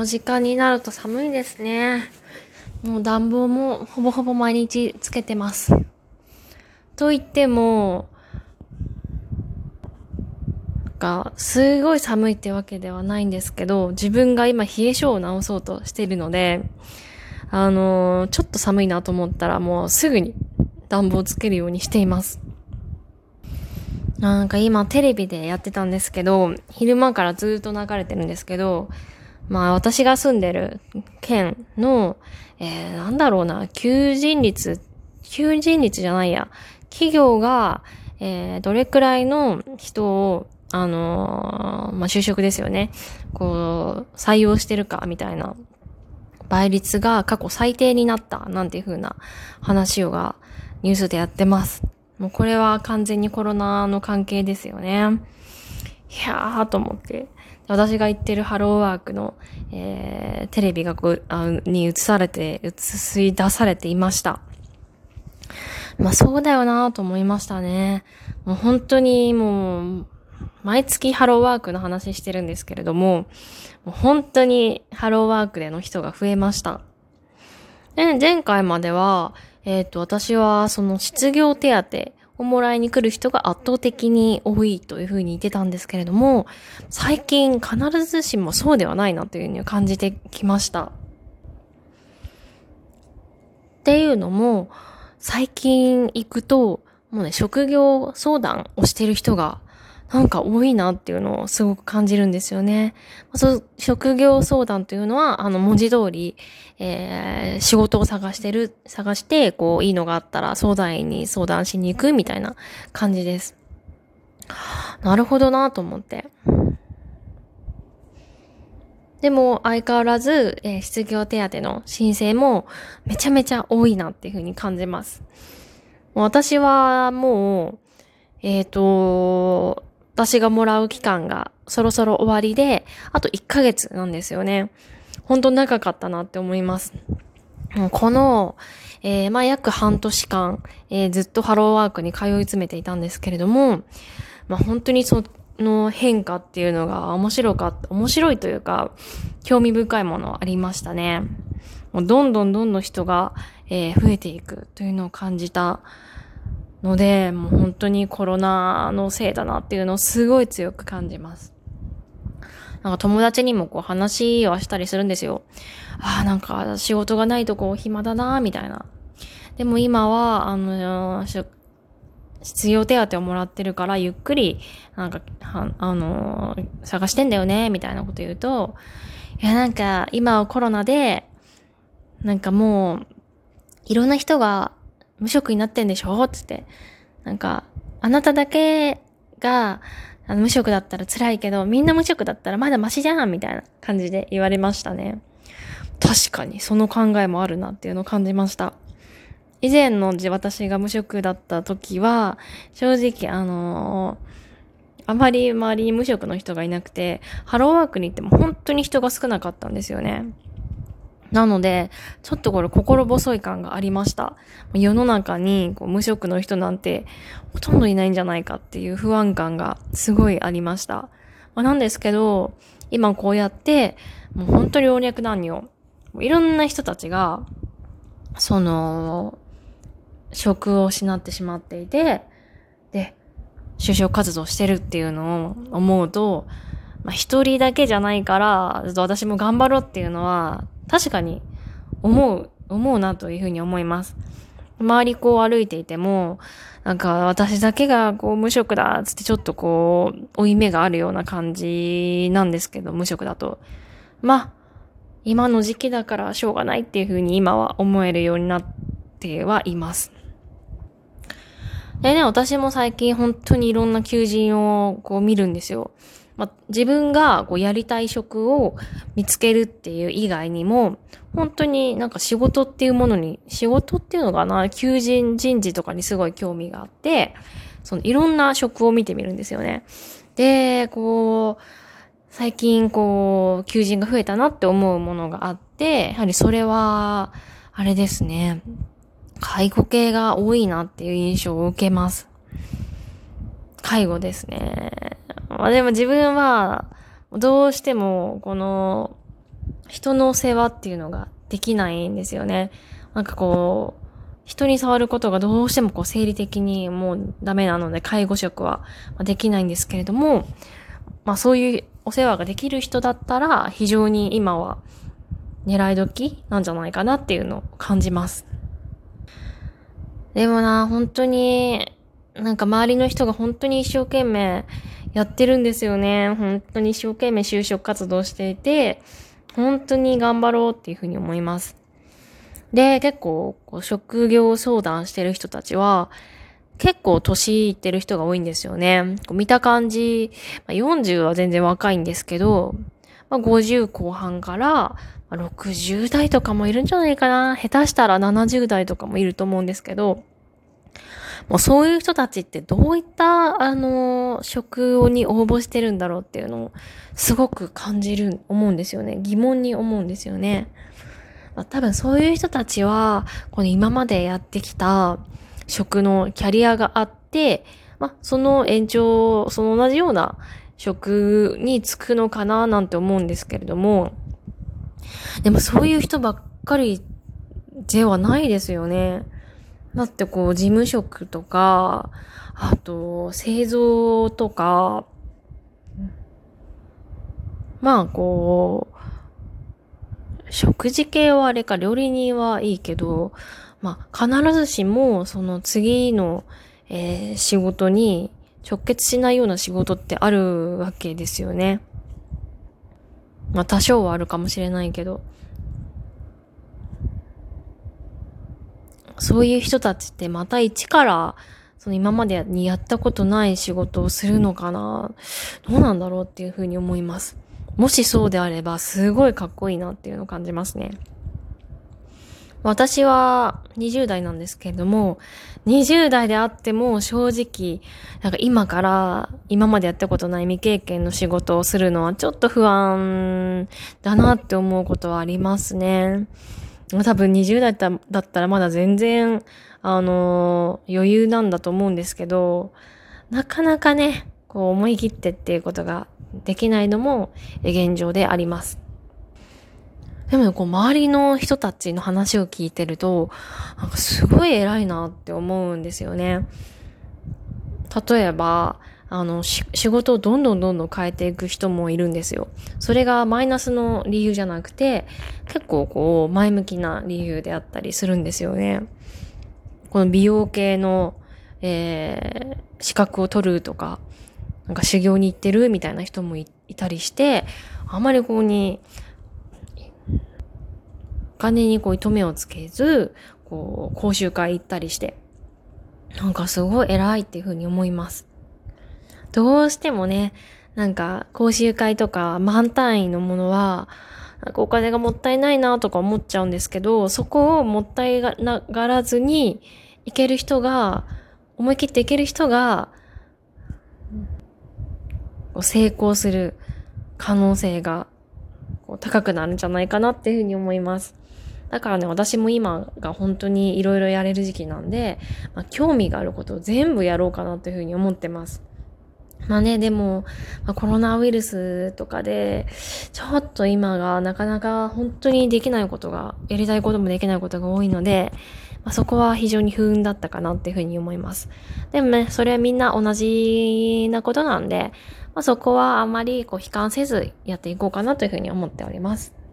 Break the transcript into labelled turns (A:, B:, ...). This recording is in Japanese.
A: 時間になると寒いですね。もう暖房もほぼほぼ毎日つけてます。と言っても、すごい寒いってわけではないんですけど、自分が今冷え性を治そうとしているので、ちょっと寒いなと思ったらもうすぐに暖房つけるようにしています。なんか今テレビでやってたんですけど、昼間からずっと流れてるんですけど、私が住んでる県の、求人率じゃないや、企業が、どれくらいの人を、就職ですよね。採用してるか、みたいな倍率が過去最低になった、なんていう風な話がニュースでやってます。もうこれは完全にコロナの関係ですよね。いやーと思って。私が行ってるハローワークの、テレビがに映し出されていました。そうだよなーと思いましたね。もう本当にもう、毎月ハローワークの話してるんですけれども、もう本当にハローワークでの人が増えました。で、前回までは、私はその失業手当をもらいに来る人が圧倒的に多いというふうに言ってたんですけれども、最近必ずしもそうではないなというふうに感じてきました。っていうのも、最近行くと、もうね、職業相談をしてる人がなんか多いなっていうのをすごく感じるんですよね。職業相談というのは、文字通り、仕事を探して、いいのがあったら相談員に相談しに行くみたいな感じです。なるほどなと思って。でも、相変わらず、失業手当の申請もめちゃめちゃ多いなっていうふうに感じます。私はもう、私がもらう期間がそろそろ終わりで、あと1ヶ月なんですよね。本当長かったなって思います。この、約半年間、ずっとハローワークに通い詰めていたんですけれども、本当にその変化っていうのが面白いというか、興味深いものありましたね。もうどんどん人が、増えていくというのを感じたので、もう本当にコロナのせいだなっていうのをすごい強く感じます。なんか友達にも話はしたりするんですよ。なんか仕事がないと暇だなみたいな。でも今は、失業手当をもらってるからゆっくり、探してんだよねみたいなこと言うと、なんか今はコロナで、なんかもう、いろんな人が無職になってんでしょつって。なんか、あなただけが、無職だったら辛いけど、みんな無職だったらまだマシじゃんみたいな感じで言われましたね。確かに、その考えもあるなっていうのを感じました。以前の私が無職だった時は、正直あまり周りに無職の人がいなくて、ハローワークに行っても本当に人が少なかったんですよね。なので、ちょっとこれ心細い感がありました。世の中に無職の人なんてほとんどいないんじゃないかっていう不安感がすごいありました。なんですけど、今こうやって、もう本当に老若男女、いろんな人たちが、職を失ってしまっていて、で、就職活動してるっていうのを思うと、一人だけじゃないから、私も頑張ろうっていうのは、確かに思うなというふうに思います。周り歩いていても、なんか私だけが無職だっつってちょっと負い目があるような感じなんですけど、無職だと。今の時期だからしょうがないっていうふうに今は思えるようになってはいます。でね、私も最近本当にいろんな求人を見るんですよ。自分がやりたい職を見つけるっていう以外にも、本当になんか仕事っていうのかな、求人人事とかにすごい興味があって、いろんな職を見てみるんですよね。で、最近求人が増えたなって思うものがあって、やはりそれは、あれですね。介護系が多いなっていう印象を受けます。介護ですね。でも自分は、どうしても、 人の世話っていうのができないんですよね。なんかこう、人に触ることがどうしてもこう生理的にもうダメなので、介護職はできないんですけれども、そういうお世話ができる人だったら、非常に今は狙い時なんじゃないかなっていうのを感じます。でもな、本当に、なんか周りの人が本当に一生懸命やってるんですよね。本当に一生懸命就職活動していて、本当に頑張ろうっていうふうに思います。で、結構、職業相談してる人たちは、結構年いってる人が多いんですよね。見た感じ、40は全然若いんですけど、50後半から60代とかもいるんじゃないかな。下手したら70代とかもいると思うんですけど、もうそういう人たちってどういった、職に応募してるんだろうっていうのをすごく思うんですよね。疑問に思うんですよね。多分そういう人たちは、この今までやってきた職のキャリアがあって、その延長、その同じような職に就くのかななんて思うんですけれども、でもそういう人ばっかりではないですよね。だってこう、事務職とか、あと、製造とか、こう、食事系はあれか、料理人はいいけど、必ずしも、その次の、仕事に直結しないような仕事ってあるわけですよね。多少はあるかもしれないけど。そういう人たちってまた一から、その今までにやったことない仕事をするのかな、どうなんだろうっていうふうに思います。もしそうであれば、すごいかっこいいなっていうのを感じますね。私は20代なんですけれども、20代であっても正直、なんか今から今までやったことない未経験の仕事をするのはちょっと不安だなって思うことはありますね。多分20代だったらまだ全然、余裕なんだと思うんですけど、なかなかね、こう思い切ってっていうことができないのも現状であります。でも周りの人たちの話を聞いてると、なんかすごい偉いなって思うんですよね。例えば、仕事をどんどん変えていく人もいるんですよ。それがマイナスの理由じゃなくて、結構前向きな理由であったりするんですよね。この美容系の、資格を取るとか、なんか修行に行ってるみたいな人もいたりして、あまりお金に糸目をつけず、講習会行ったりして、なんかすごい偉いっていうふうに思います。どうしてもね、なんか講習会とか満単位のものは、なんかお金がもったいないなとか思っちゃうんですけど、そこをもったいながらずに行ける人が、思い切って行ける人が、成功する可能性が高くなるんじゃないかなっていうふうに思います。だからね、私も今が本当にいろいろやれる時期なんで、興味があることを全部やろうかなというふうに思ってます。でも、コロナウイルスとかで、ちょっと今がなかなか本当にできないことが、やりたいこともできないことが多いので、そこは非常に不運だったかなっていうふうに思います。でもね、それはみんな同じなことなんで、そこはあまり悲観せずやっていこうかなというふうに思っております。